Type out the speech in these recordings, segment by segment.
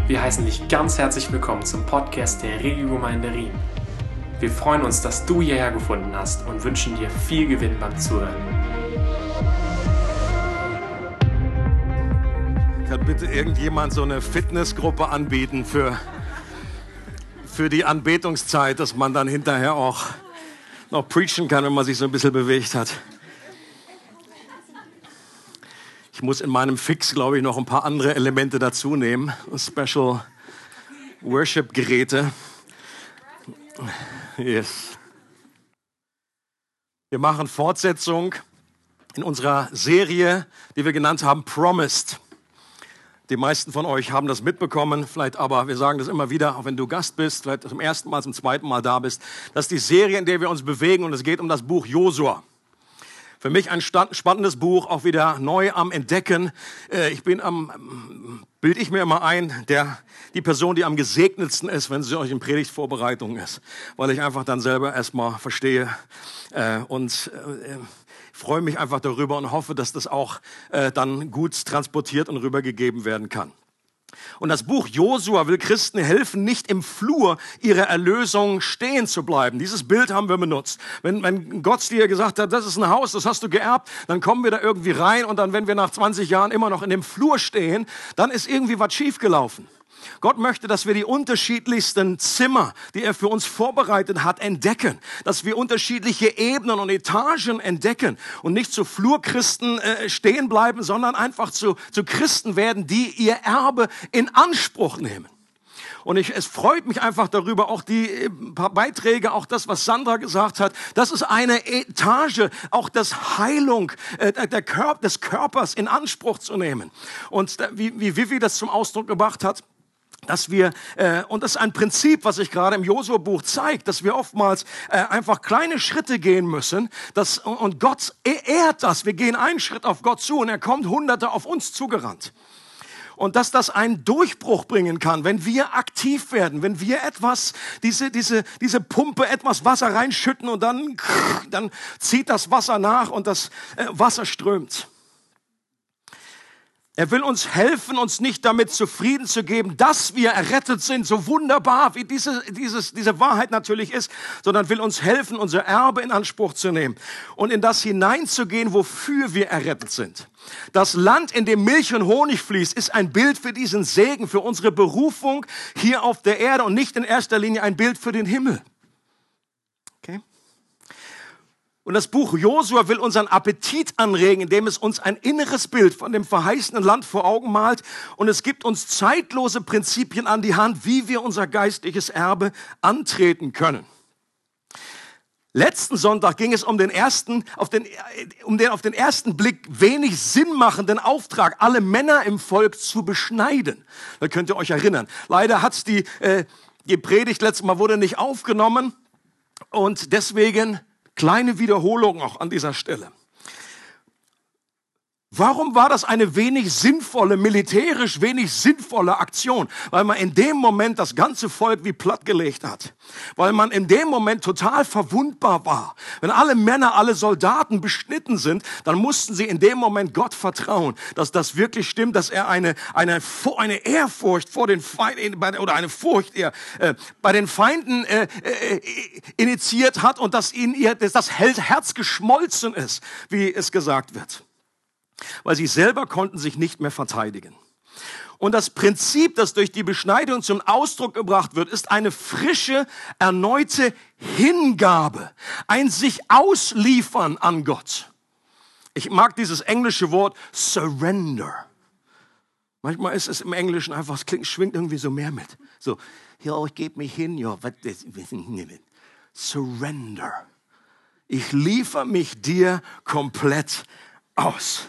Wir heißen dich ganz herzlich willkommen zum Podcast der Regiogemeinde Riem. Wir freuen uns, dass du hierher gefunden hast und wünschen dir viel Gewinn beim Zuhören. Kann bitte irgendjemand so eine Fitnessgruppe anbieten für die Anbetungszeit, dass man dann hinterher auch noch preachen kann, wenn man sich so ein bisschen bewegt hat. Ich muss in meinem Fix, glaube ich, noch ein paar andere Elemente dazu nehmen. Special Worship Geräte. Yes. Wir machen Fortsetzung in unserer Serie, die wir genannt haben Promised. Die meisten von euch haben das mitbekommen, vielleicht aber, wir sagen das immer wieder, auch wenn du Gast bist, vielleicht zum ersten Mal, zum zweiten Mal da bist. Das ist die Serie, in der wir uns bewegen, und es geht um das Buch Josua. Für mich ein spannendes Buch, auch wieder neu am Entdecken. Bilde ich mir immer ein, die Person, die am gesegnetsten ist, wenn sie euch in Predigtvorbereitung ist. Weil ich einfach dann selber erstmal verstehe und freue mich einfach darüber und hoffe, dass das auch dann gut transportiert und rübergegeben werden kann. Und das Buch Josua will Christen helfen, nicht im Flur ihrer Erlösung stehen zu bleiben. Dieses Bild haben wir benutzt. Wenn Gott dir gesagt hat, das ist ein Haus, das hast du geerbt, dann kommen wir da irgendwie rein, und dann, wenn wir nach 20 Jahren immer noch in dem Flur stehen, dann ist irgendwie was schiefgelaufen. Gott möchte, dass wir die unterschiedlichsten Zimmer, die er für uns vorbereitet hat, entdecken. Dass wir unterschiedliche Ebenen und Etagen entdecken und nicht zu Flurchristen stehen bleiben, sondern einfach zu Christen werden, die ihr Erbe in Anspruch nehmen. Und es freut mich einfach darüber, auch die paar Beiträge, auch das, was Sandra gesagt hat. Das ist eine Etage, auch das Heilung des Körpers in Anspruch zu nehmen. Und wie Vivi das zum Ausdruck gebracht hat, dass wir, und das ist ein Prinzip, was sich gerade im Josua-Buch zeigt, dass wir oftmals einfach kleine Schritte gehen müssen, und Gott ehrt das. Wir gehen einen Schritt auf Gott zu und er kommt Hunderte auf uns zugerannt. Und dass das einen Durchbruch bringen kann, wenn wir aktiv werden, wenn wir diese Pumpe etwas Wasser reinschütten und dann zieht das Wasser nach und das Wasser strömt. Er will uns helfen, uns nicht damit zufrieden zu geben, dass wir errettet sind, so wunderbar wie diese Wahrheit natürlich ist, sondern will uns helfen, unser Erbe in Anspruch zu nehmen und in das hineinzugehen, wofür wir errettet sind. Das Land, in dem Milch und Honig fließt, ist ein Bild für diesen Segen, für unsere Berufung hier auf der Erde und nicht in erster Linie ein Bild für den Himmel. Okay? Und das Buch Josua will unseren Appetit anregen, indem es uns ein inneres Bild von dem verheißenen Land vor Augen malt. Und es gibt uns zeitlose Prinzipien an die Hand, wie wir unser geistliches Erbe antreten können. Letzten Sonntag ging es um den auf den ersten Blick wenig sinnmachenden Auftrag, alle Männer im Volk zu beschneiden. Da könnt ihr euch erinnern. Leider hat's die Predigt letztes Mal wurde nicht aufgenommen, und deswegen kleine Wiederholung auch an dieser Stelle. Warum war das eine militärisch wenig sinnvolle Aktion? Weil man in dem Moment das ganze Volk wie plattgelegt hat. Weil man in dem Moment total verwundbar war. Wenn alle Männer, alle Soldaten beschnitten sind, dann mussten sie in dem Moment Gott vertrauen, dass das wirklich stimmt, dass er eine Ehrfurcht vor den Feinden, oder eine Furcht bei den Feinden initiiert hat, und dass das Herz geschmolzen ist, wie es gesagt wird. Weil sie selber konnten sich nicht mehr verteidigen. Und das Prinzip, das durch die Beschneidung zum Ausdruck gebracht wird, ist eine frische, erneute Hingabe, ein sich ausliefern an Gott. Ich mag dieses englische Wort Surrender. Manchmal ist es im Englischen einfach, es schwingt irgendwie so mehr mit. So, ja, ich gebe mich hin, ja, was das? Surrender. Ich liefere mich dir komplett aus.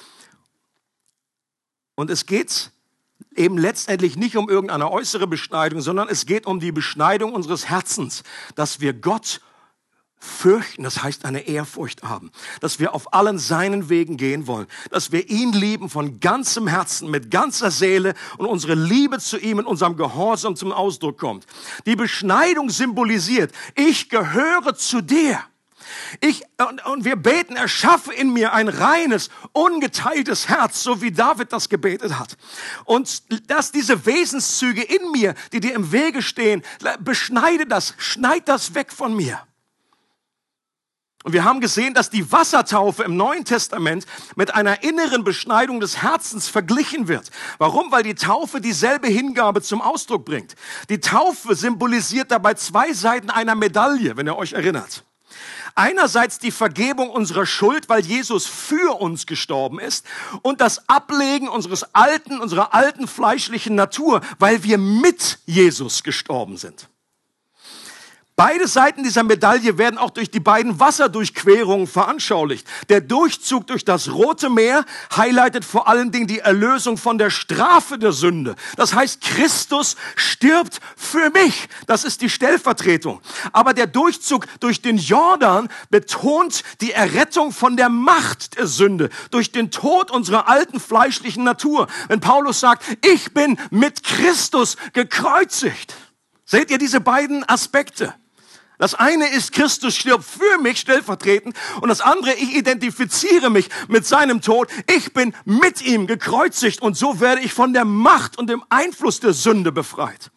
Und es geht eben letztendlich nicht um irgendeine äußere Beschneidung, sondern es geht um die Beschneidung unseres Herzens, dass wir Gott fürchten, das heißt eine Ehrfurcht haben, dass wir auf allen seinen Wegen gehen wollen, dass wir ihn lieben von ganzem Herzen, mit ganzer Seele, und unsere Liebe zu ihm in unserem Gehorsam zum Ausdruck kommt. Die Beschneidung symbolisiert, ich gehöre zu dir. Und wir beten, erschaffe in mir ein reines, ungeteiltes Herz, so wie David das gebetet hat. Und dass diese Wesenszüge in mir, die dir im Wege stehen, beschneide das, schneid das weg von mir. Und wir haben gesehen, dass die Wassertaufe im Neuen Testament mit einer inneren Beschneidung des Herzens verglichen wird. Warum? Weil die Taufe dieselbe Hingabe zum Ausdruck bringt. Die Taufe symbolisiert dabei zwei Seiten einer Medaille, wenn ihr euch erinnert. Einerseits die Vergebung unserer Schuld, weil Jesus für uns gestorben ist, und das Ablegen unserer alten fleischlichen Natur, weil wir mit Jesus gestorben sind. Beide Seiten dieser Medaille werden auch durch die beiden Wasserdurchquerungen veranschaulicht. Der Durchzug durch das Rote Meer highlightet vor allen Dingen die Erlösung von der Strafe der Sünde. Das heißt, Christus stirbt für mich. Das ist die Stellvertretung. Aber der Durchzug durch den Jordan betont die Errettung von der Macht der Sünde, durch den Tod unserer alten fleischlichen Natur. Wenn Paulus sagt, ich bin mit Christus gekreuzigt. Seht ihr diese beiden Aspekte? Das eine ist, Christus stirbt für mich stellvertretend, und das andere, ich identifiziere mich mit seinem Tod. Ich bin mit ihm gekreuzigt, und so werde ich von der Macht und dem Einfluss der Sünde befreit.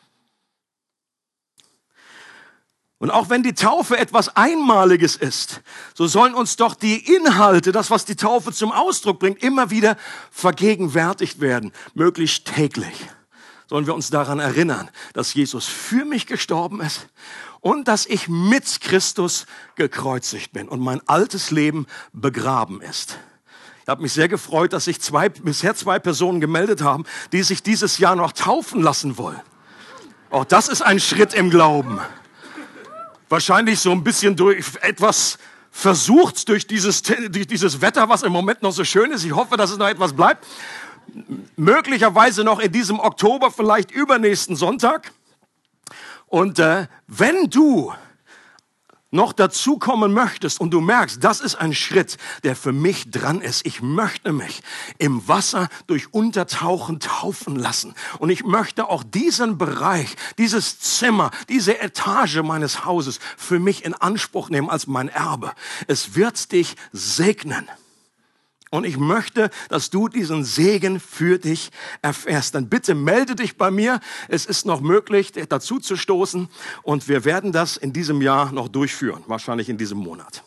Und auch wenn die Taufe etwas Einmaliges ist, so sollen uns doch die Inhalte, das, was die Taufe zum Ausdruck bringt, immer wieder vergegenwärtigt werden, möglichst täglich. Sollen wir uns daran erinnern, dass Jesus für mich gestorben ist und dass ich mit Christus gekreuzigt bin und mein altes Leben begraben ist. Ich habe mich sehr gefreut, dass sich bisher zwei Personen gemeldet haben, die sich dieses Jahr noch taufen lassen wollen. Auch das ist ein Schritt im Glauben. Wahrscheinlich so ein bisschen versucht durch dieses Wetter, was im Moment noch so schön ist. Ich hoffe, dass es noch etwas bleibt. Möglicherweise noch in diesem Oktober, vielleicht übernächsten Sonntag. Und wenn du noch dazukommen möchtest und du merkst, das ist ein Schritt, der für mich dran ist. Ich möchte mich im Wasser durch Untertauchen taufen lassen. Und ich möchte auch diesen Bereich, dieses Zimmer, diese Etage meines Hauses für mich in Anspruch nehmen als mein Erbe. Es wird dich segnen. Und ich möchte, dass du diesen Segen für dich erfährst. Dann bitte melde dich bei mir. Es ist noch möglich, dazu zu stoßen. Und wir werden das in diesem Jahr noch durchführen. Wahrscheinlich in diesem Monat.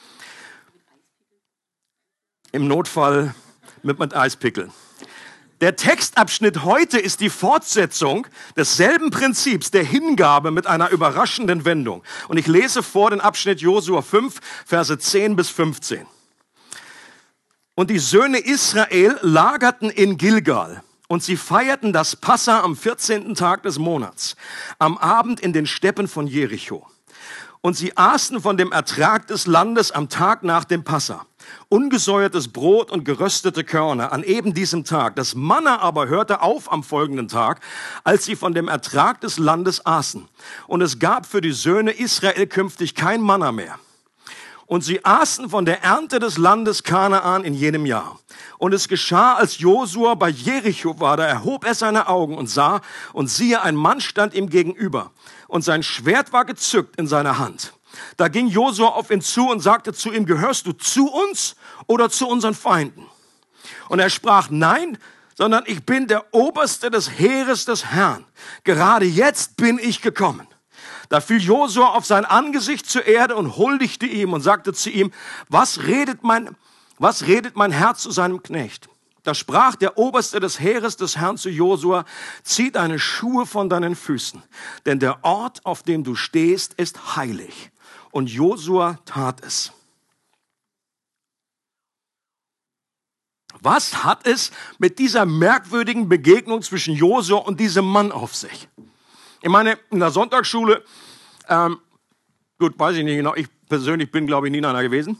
Im Notfall mit Eispickeln. Der Textabschnitt heute ist die Fortsetzung desselben Prinzips der Hingabe mit einer überraschenden Wendung. Und ich lese vor den Abschnitt Josua 5, Verse 10 bis 15. Und die Söhne Israel lagerten in Gilgal, und sie feierten das Passa am 14. Tag des Monats, am Abend in den Steppen von Jericho. Und sie aßen von dem Ertrag des Landes am Tag nach dem Passa, ungesäuertes Brot und geröstete Körner an eben diesem Tag. Das Manna aber hörte auf am folgenden Tag, als sie von dem Ertrag des Landes aßen. Und es gab für die Söhne Israel künftig kein Manna mehr. Und sie aßen von der Ernte des Landes Kanaan in jenem Jahr. Und es geschah, als Josua bei Jericho war, da erhob er seine Augen und sah, und siehe, ein Mann stand ihm gegenüber, und sein Schwert war gezückt in seiner Hand. Da ging Josua auf ihn zu und sagte zu ihm, gehörst du zu uns oder zu unseren Feinden? Und er sprach, nein, sondern ich bin der Oberste des Heeres des Herrn. Gerade jetzt bin ich gekommen. Da fiel Josua auf sein Angesicht zur Erde und huldigte ihm und sagte zu ihm, was redet mein Herr zu seinem Knecht? Da sprach der Oberste des Heeres des Herrn zu Josua, zieh deine Schuhe von deinen Füßen, denn der Ort, auf dem du stehst, ist heilig. Und Josua tat es. Was hat es mit dieser merkwürdigen Begegnung zwischen Josua und diesem Mann auf sich? Ich meine, in der Sonntagsschule, gut, weiß ich nicht genau, ich persönlich bin, glaube ich, nie in einer gewesen.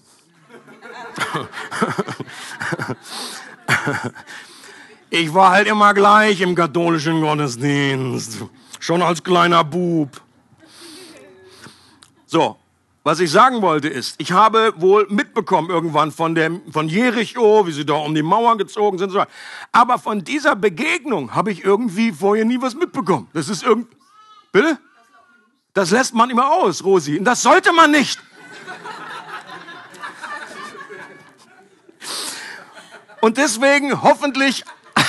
Ich war halt immer gleich im katholischen Gottesdienst, schon als kleiner Bub. So, was ich sagen wollte ist, ich habe wohl mitbekommen irgendwann von Jericho, wie sie da um die Mauer gezogen sind. Aber von dieser Begegnung habe ich irgendwie vorher nie was mitbekommen. Das ist Bitte? Das lässt man immer aus, Rosi. Und das sollte man nicht. Und deswegen hoffentlich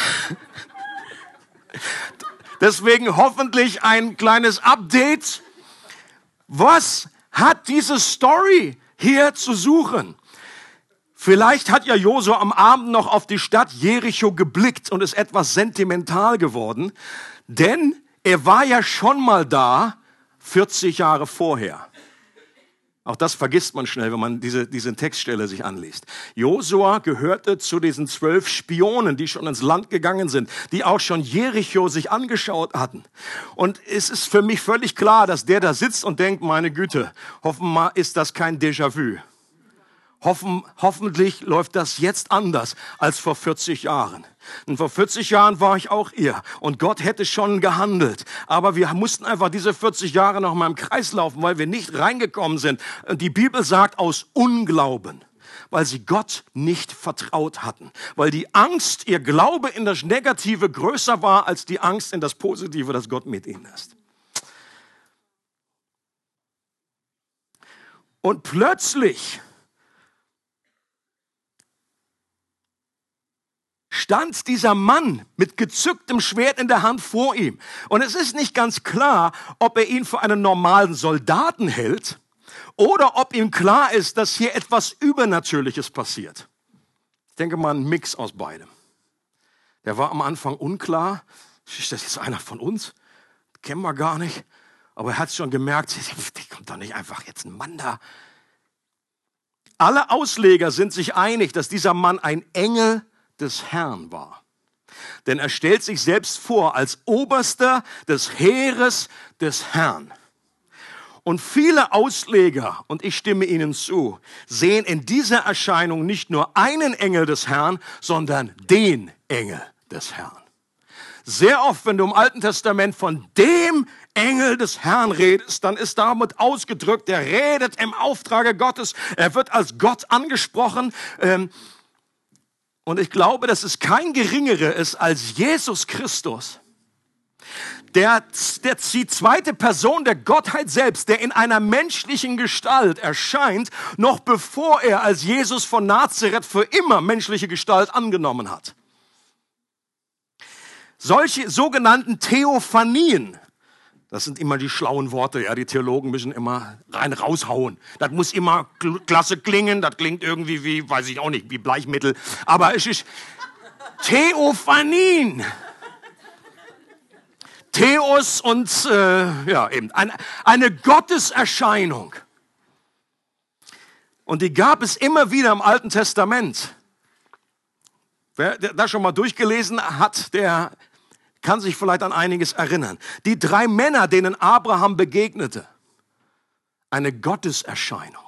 ein kleines Update. Was hat diese Story hier zu suchen? Vielleicht hat ja Josua am Abend noch auf die Stadt Jericho geblickt und ist etwas sentimental geworden, denn er war ja schon mal da, 40 Jahre vorher. Auch das vergisst man schnell, wenn man diese Textstelle sich anliest. Josua gehörte zu diesen 12 Spionen, die schon ins Land gegangen sind, die auch schon Jericho sich angeschaut hatten. Und es ist für mich völlig klar, dass der da sitzt und denkt, meine Güte, hoffentlich ist das kein Déjà-vu. Hoffentlich läuft das jetzt anders als vor 40 Jahren. Und vor 40 Jahren war ich auch hier und Gott hätte schon gehandelt. Aber wir mussten einfach diese 40 Jahre noch mal im Kreis laufen, weil wir nicht reingekommen sind. Und die Bibel sagt aus Unglauben, weil sie Gott nicht vertraut hatten. Weil die Angst, ihr Glaube in das Negative größer war als die Angst in das Positive, dass Gott mit ihnen ist. Und plötzlich stand dieser Mann mit gezücktem Schwert in der Hand vor ihm. Und es ist nicht ganz klar, ob er ihn für einen normalen Soldaten hält oder ob ihm klar ist, dass hier etwas Übernatürliches passiert. Ich denke mal, ein Mix aus beidem. Der war am Anfang unklar. Ist das jetzt einer von uns? Kennen wir gar nicht. Aber er hat schon gemerkt, kommt doch nicht einfach jetzt ein Mann da. Alle Ausleger sind sich einig, dass dieser Mann ein Engel des Herrn war. Denn er stellt sich selbst vor als Oberster des Heeres des Herrn. Und viele Ausleger, und ich stimme ihnen zu, sehen in dieser Erscheinung nicht nur einen Engel des Herrn, sondern den Engel des Herrn. Sehr oft, wenn du im Alten Testament von dem Engel des Herrn redest, dann ist damit ausgedrückt, er redet im Auftrage Gottes, er wird als Gott angesprochen. Und ich glaube, dass es kein Geringerer ist als Jesus Christus, die zweite Person der Gottheit selbst, der in einer menschlichen Gestalt erscheint, noch bevor er als Jesus von Nazareth für immer menschliche Gestalt angenommen hat. Solche sogenannten Theophanien, das sind immer die schlauen Worte, ja, die Theologen müssen immer raushauen. Das muss immer klasse klingen, das klingt irgendwie wie, weiß ich auch nicht, wie Bleichmittel. Aber es ist Theophanien. Theos und, eben, eine Gotteserscheinung. Und die gab es immer wieder im Alten Testament. Wer das schon mal durchgelesen hat, der kann sich vielleicht an einiges erinnern. Die 3 Männer, denen Abraham begegnete. Eine Gotteserscheinung.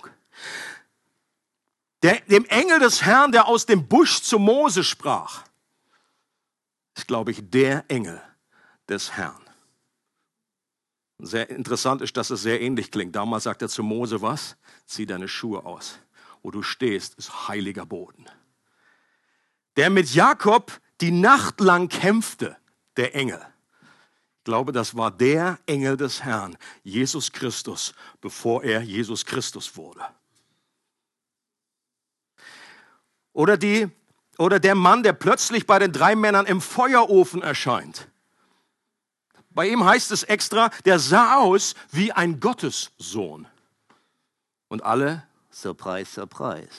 Dem Engel des Herrn, der aus dem Busch zu Mose sprach, ist, glaube ich, der Engel des Herrn. Sehr interessant ist, dass es sehr ähnlich klingt. Damals sagt er zu Mose was? Zieh deine Schuhe aus. Wo du stehst, ist heiliger Boden. Der mit Jakob die Nacht lang kämpfte, der Engel. Ich glaube, das war der Engel des Herrn, Jesus Christus, bevor er Jesus Christus wurde. Oder der Mann, der plötzlich bei den 3 Männern im Feuerofen erscheint. Bei ihm heißt es extra, der sah aus wie ein Gottessohn. Und alle, Surprise, Surprise.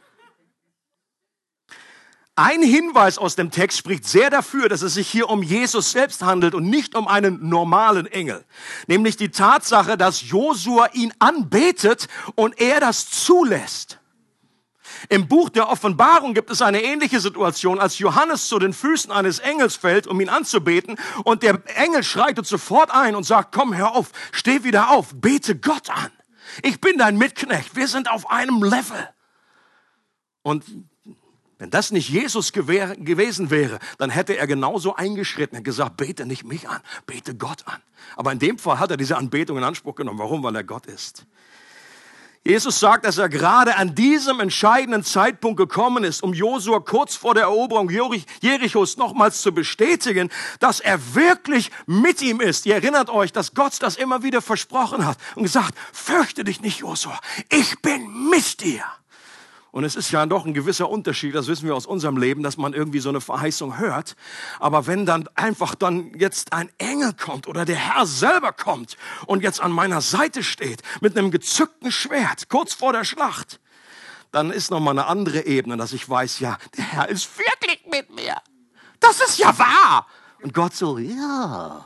Ein Hinweis aus dem Text spricht sehr dafür, dass es sich hier um Jesus selbst handelt und nicht um einen normalen Engel. Nämlich die Tatsache, dass Josua ihn anbetet und er das zulässt. Im Buch der Offenbarung gibt es eine ähnliche Situation, als Johannes zu den Füßen eines Engels fällt, um ihn anzubeten. Und der Engel schreitet sofort ein und sagt, komm, hör auf, steh wieder auf, bete Gott an. Ich bin dein Mitknecht, wir sind auf einem Level. Und wenn das nicht Jesus gewesen wäre, dann hätte er genauso eingeschritten und gesagt, bete nicht mich an, bete Gott an. Aber in dem Fall hat er diese Anbetung in Anspruch genommen. Warum? Weil er Gott ist. Jesus sagt, dass er gerade an diesem entscheidenden Zeitpunkt gekommen ist, um Josua kurz vor der Eroberung Jerichos nochmals zu bestätigen, dass er wirklich mit ihm ist. Ihr erinnert euch, dass Gott das immer wieder versprochen hat und gesagt, fürchte dich nicht, Josua, ich bin mit dir. Und es ist ja doch ein gewisser Unterschied, das wissen wir aus unserem Leben, dass man irgendwie so eine Verheißung hört. Aber wenn dann einfach dann jetzt ein Engel kommt oder der Herr selber kommt und jetzt an meiner Seite steht mit einem gezückten Schwert, kurz vor der Schlacht, dann ist nochmal eine andere Ebene, dass ich weiß, ja, der Herr ist wirklich mit mir. Das ist ja wahr. Und Gott so, ja.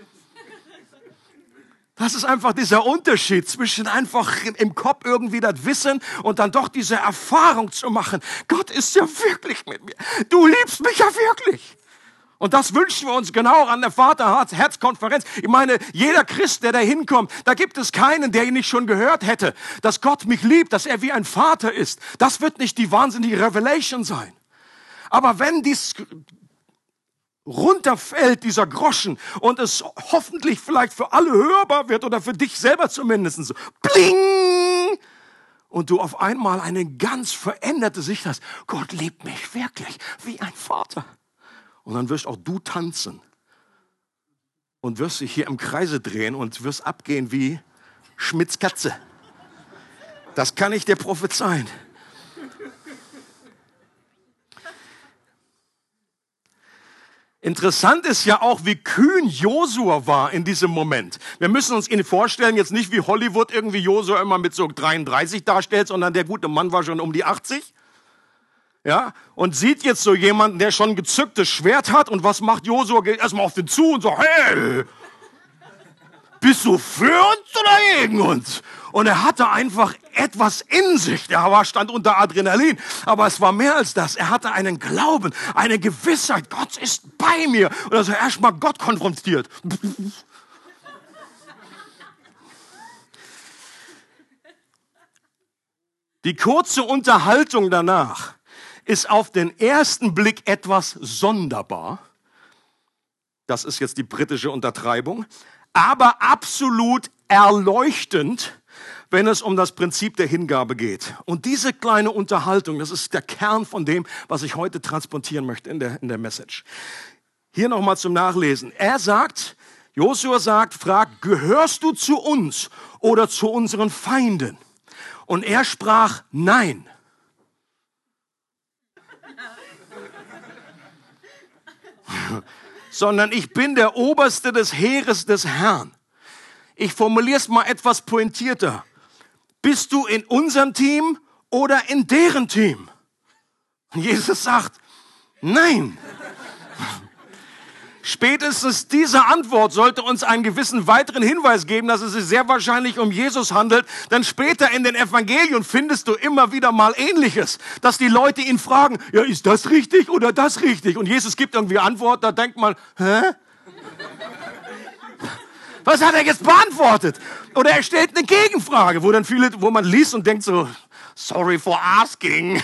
Das ist einfach dieser Unterschied zwischen einfach im Kopf irgendwie das Wissen und dann doch diese Erfahrung zu machen. Gott ist ja wirklich mit mir. Du liebst mich ja wirklich. Und das wünschen wir uns genau an der Vater-Herz-Konferenz. Ich meine, jeder Christ, der da hinkommt, da gibt es keinen, der ihn nicht schon gehört hätte, dass Gott mich liebt, dass er wie ein Vater ist. Das wird nicht die wahnsinnige Revelation sein. Aber wenn dies runterfällt, dieser Groschen, und es hoffentlich vielleicht für alle hörbar wird oder für dich selber zumindest so, bling! Und du auf einmal eine ganz veränderte Sicht hast. Gott liebt mich wirklich wie ein Vater. Und dann wirst auch du tanzen und wirst dich hier im Kreise drehen und wirst abgehen wie Schmidts Katze. Das kann ich dir prophezeien. Interessant ist ja auch, wie kühn Josua war in diesem Moment. Wir müssen uns ihn vorstellen, jetzt nicht wie Hollywood irgendwie Josua immer mit so 33 darstellt, sondern der gute Mann war schon um die 80. Ja, und sieht jetzt so jemanden, der schon ein gezücktes Schwert hat. Und was macht Josua? Geht erstmal auf den zu und so, hey, bist du für uns oder gegen uns? Und er hatte einfach etwas in sich. Der stand unter Adrenalin. Aber es war mehr als das. Er hatte einen Glauben, eine Gewissheit. Gott ist bei mir. Und er ist erstmal Gott konfrontiert. Die kurze Unterhaltung danach ist auf den ersten Blick etwas sonderbar. Das ist jetzt die britische Untertreibung. Aber absolut erleuchtend, wenn es um das Prinzip der Hingabe geht. Und diese kleine Unterhaltung, das ist der Kern von dem, was ich heute transportieren möchte in der Message. Hier nochmal zum Nachlesen. Josua fragt, gehörst du zu uns oder zu unseren Feinden? Und er sprach, nein. Sondern ich bin der Oberste des Heeres des Herrn. Ich formuliere es mal etwas pointierter. Bist du in unserem Team oder in deren Team? Und Jesus sagt, nein. Spätestens diese Antwort sollte uns einen gewissen weiteren Hinweis geben, dass es sich sehr wahrscheinlich um Jesus handelt. Denn später in den Evangelien findest du immer wieder mal Ähnliches. Dass die Leute ihn fragen, ja, ist das richtig oder das richtig? Und Jesus gibt irgendwie Antwort, da denkt man, hä? Was hat er jetzt beantwortet? Oder er stellt eine Gegenfrage, wo man liest und denkt so, sorry for asking.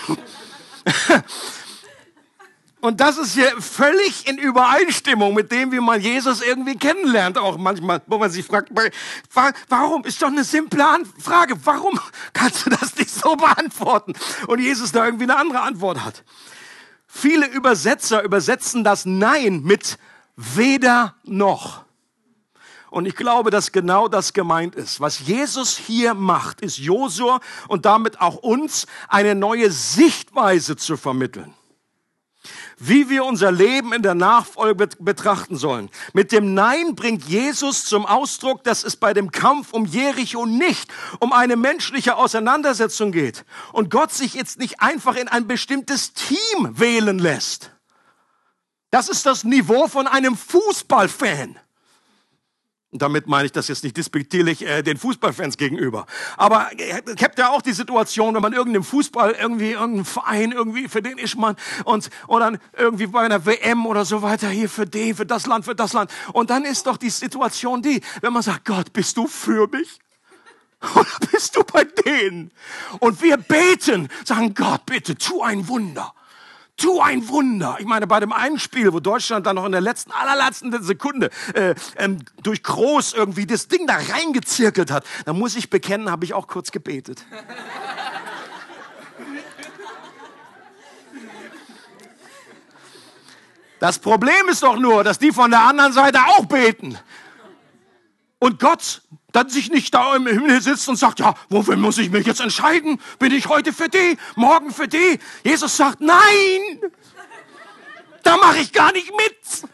Und das ist hier völlig in Übereinstimmung mit dem, wie man Jesus irgendwie kennenlernt, auch manchmal, wo man sich fragt, warum? Ist doch eine simple Frage. Warum kannst du das nicht so beantworten? Und Jesus da irgendwie eine andere Antwort hat. Viele Übersetzer übersetzen das Nein mit weder noch. Und ich glaube, dass genau das gemeint ist. Was Jesus hier macht, ist Josua und damit auch uns eine neue Sichtweise zu vermitteln. Wie wir unser Leben in der Nachfolge betrachten sollen. Mit dem Nein bringt Jesus zum Ausdruck, dass es bei dem Kampf um Jericho nicht um eine menschliche Auseinandersetzung geht. Und Gott sich jetzt nicht einfach in ein bestimmtes Team wählen lässt. Das ist das Niveau von einem Fußballfan. Und damit meine ich das jetzt nicht despektierlich den Fußballfans gegenüber. Aber ich habe ja auch die Situation, wenn man irgendeinem Fußball irgendeinen Verein irgendwie, für den ist man und dann irgendwie bei einer WM oder so weiter hier für den, für das Land. Und dann ist doch die Situation die, wenn man sagt, Gott, bist du für mich? Oder bist du bei denen? Und wir beten, sagen, Gott, bitte, tu ein Wunder. Tu ein Wunder. Ich meine, bei dem einen Spiel, wo Deutschland dann noch in der allerletzten Sekunde durch Groß irgendwie das Ding da reingezirkelt hat, da muss ich bekennen, habe ich auch kurz gebetet. Das Problem ist doch nur, dass die von der anderen Seite auch beten. Und Gott dann sich nicht da im Himmel sitzt und sagt, ja, wofür muss ich mich jetzt entscheiden? Bin ich heute für die, morgen für die? Jesus sagt, nein, da mache ich gar nicht mit.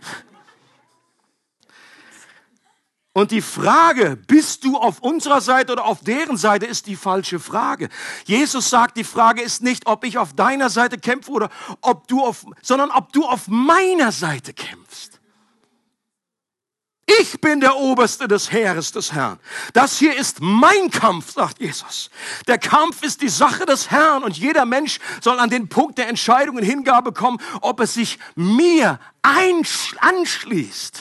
Und die Frage, bist du auf unserer Seite oder auf deren Seite, ist die falsche Frage. Jesus sagt, die Frage ist nicht, ob ich auf deiner Seite kämpfe oder sondern ob du auf meiner Seite kämpfst. Ich bin der Oberste des Heeres des Herrn. Das hier ist mein Kampf, sagt Jesus. Der Kampf ist die Sache des Herrn und jeder Mensch soll an den Punkt der Entscheidung und Hingabe kommen, ob es sich mir anschließt.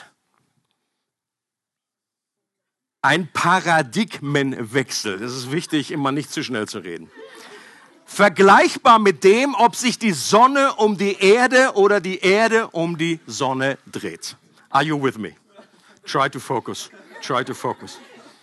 Ein Paradigmenwechsel. Das ist wichtig, immer nicht zu schnell zu reden. Vergleichbar mit dem, ob sich die Sonne um die Erde oder die Erde um die Sonne dreht. Are you with me? Try to focus. Try to focus.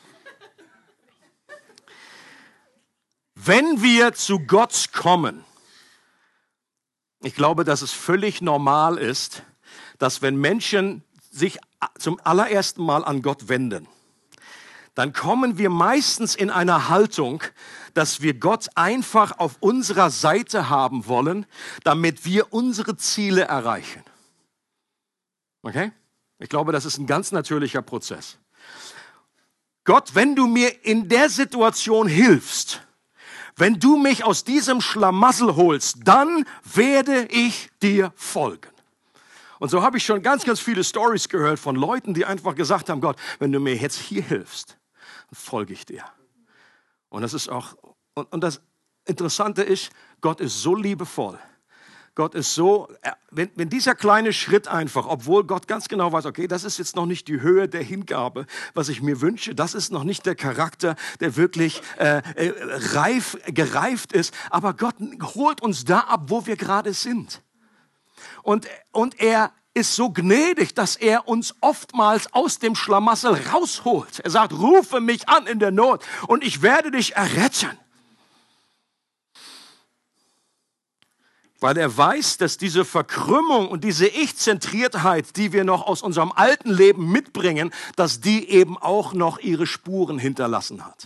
Wenn wir zu Gott kommen, ich glaube, dass es völlig normal ist, dass wenn Menschen sich zum allerersten Mal an Gott wenden, dann kommen wir meistens in einer Haltung, dass wir Gott einfach auf unserer Seite haben wollen, damit wir unsere Ziele erreichen. Okay? Ich glaube, das ist ein ganz natürlicher Prozess. Gott, wenn du mir in der Situation hilfst, wenn du mich aus diesem Schlamassel holst, dann werde ich dir folgen. Und so habe ich schon ganz, ganz viele Stories gehört von Leuten, die einfach gesagt haben, Gott, wenn du mir jetzt hier hilfst, folge ich dir. Und das ist auch, und das Interessante ist, Gott ist so liebevoll. Gott ist so, wenn dieser kleine Schritt einfach, obwohl Gott ganz genau weiß, okay, das ist jetzt noch nicht die Höhe der Hingabe, was ich mir wünsche, das ist noch nicht der Charakter, der wirklich gereift ist, aber Gott holt uns da ab, wo wir gerade sind. Und er ist so gnädig, dass er uns oftmals aus dem Schlamassel rausholt. Er sagt, rufe mich an in der Not und ich werde dich erretten. Weil er weiß, dass diese Verkrümmung und diese Ich-Zentriertheit, die wir noch aus unserem alten Leben mitbringen, dass die eben auch noch ihre Spuren hinterlassen hat.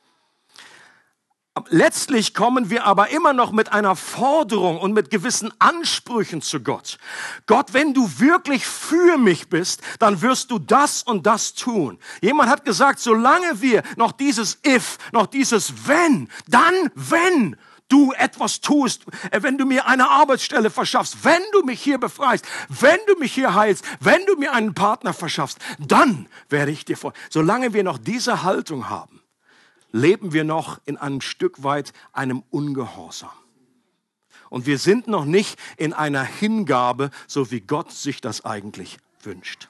Letztlich kommen wir aber immer noch mit einer Forderung und mit gewissen Ansprüchen zu Gott. Gott, wenn du wirklich für mich bist, dann wirst du das und das tun. Jemand hat gesagt, solange wir noch dieses If, noch dieses Wenn, dann wenn du etwas tust, wenn du mir eine Arbeitsstelle verschaffst, wenn du mich hier befreist, wenn du mich hier heilst, wenn du mir einen Partner verschaffst, dann werde ich dir folgen. Solange wir noch diese Haltung haben, leben wir noch in einem Stück weit einem Ungehorsam. Und wir sind noch nicht in einer Hingabe, so wie Gott sich das eigentlich wünscht.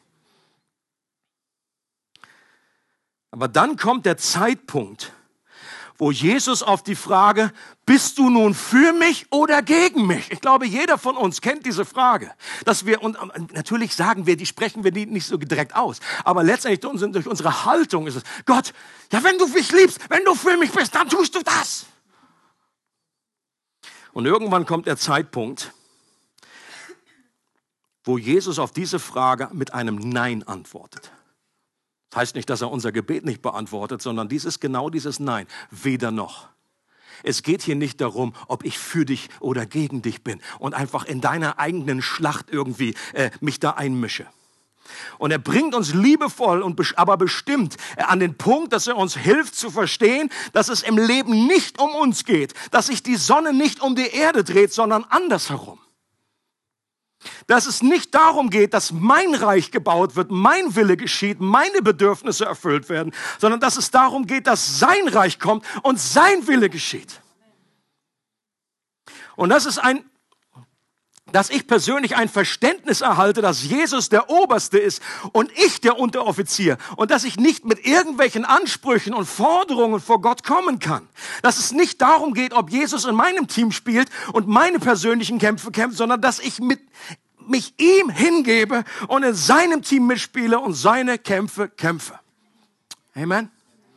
Aber dann kommt der Zeitpunkt, wo Jesus auf die Frage, bist du nun für mich oder gegen mich? Ich glaube, jeder von uns kennt diese Frage. Dass wir, und natürlich sagen wir, die sprechen wir nicht so direkt aus. Aber letztendlich durch unsere Haltung ist es, Gott, ja, wenn du mich liebst, wenn du für mich bist, dann tust du das. Und irgendwann kommt der Zeitpunkt, wo Jesus auf diese Frage mit einem Nein antwortet. Das heißt nicht, dass er unser Gebet nicht beantwortet, sondern genau dieses Nein, weder noch. Es geht hier nicht darum, ob ich für dich oder gegen dich bin und einfach in deiner eigenen Schlacht irgendwie mich da einmische. Und er bringt uns liebevoll, aber bestimmt an den Punkt, dass er uns hilft zu verstehen, dass es im Leben nicht um uns geht, dass sich die Sonne nicht um die Erde dreht, sondern andersherum. Dass es nicht darum geht, dass mein Reich gebaut wird, mein Wille geschieht, meine Bedürfnisse erfüllt werden, sondern dass es darum geht, dass sein Reich kommt und sein Wille geschieht. Und dass ich persönlich ein Verständnis erhalte, dass Jesus der Oberste ist und ich der Unteroffizier und dass ich nicht mit irgendwelchen Ansprüchen und Forderungen vor Gott kommen kann. Dass es nicht darum geht, ob Jesus in meinem Team spielt und meine persönlichen Kämpfe kämpft, sondern dass ich mich ihm hingebe und in seinem Team mitspiele und seine Kämpfe kämpfe. Amen.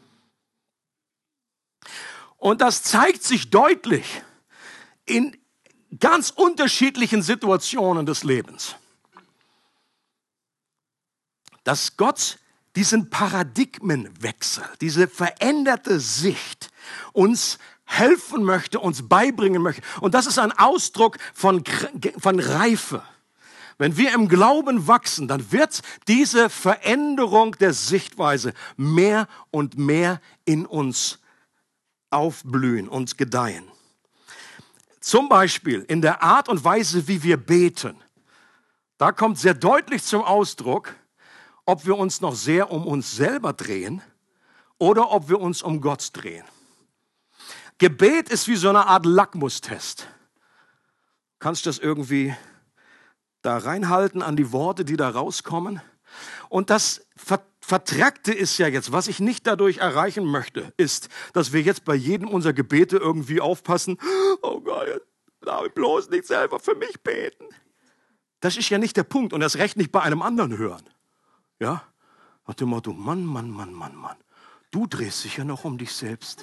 Und das zeigt sich deutlich in ganz unterschiedlichen Situationen des Lebens. Dass Gott diesen Paradigmenwechsel, diese veränderte Sicht uns helfen möchte, uns beibringen möchte. Und das ist ein Ausdruck von Reife. Wenn wir im Glauben wachsen, dann wird diese Veränderung der Sichtweise mehr und mehr in uns aufblühen und gedeihen. Zum Beispiel in der Art und Weise, wie wir beten. Da kommt sehr deutlich zum Ausdruck, ob wir uns noch sehr um uns selber drehen oder ob wir uns um Gott drehen. Gebet ist wie so eine Art Lackmustest. Kannst du das irgendwie da reinhalten an die Worte, die da rauskommen? Und das Vertrackte ist ja jetzt, was ich nicht dadurch erreichen möchte, ist, dass wir jetzt bei jedem unserer Gebete irgendwie aufpassen, oh Gott, darf ich bloß nicht selber für mich beten. Das ist ja nicht der Punkt und das Recht nicht bei einem anderen hören. Ja? Nach dem Motto, Mann, du drehst dich ja noch um dich selbst.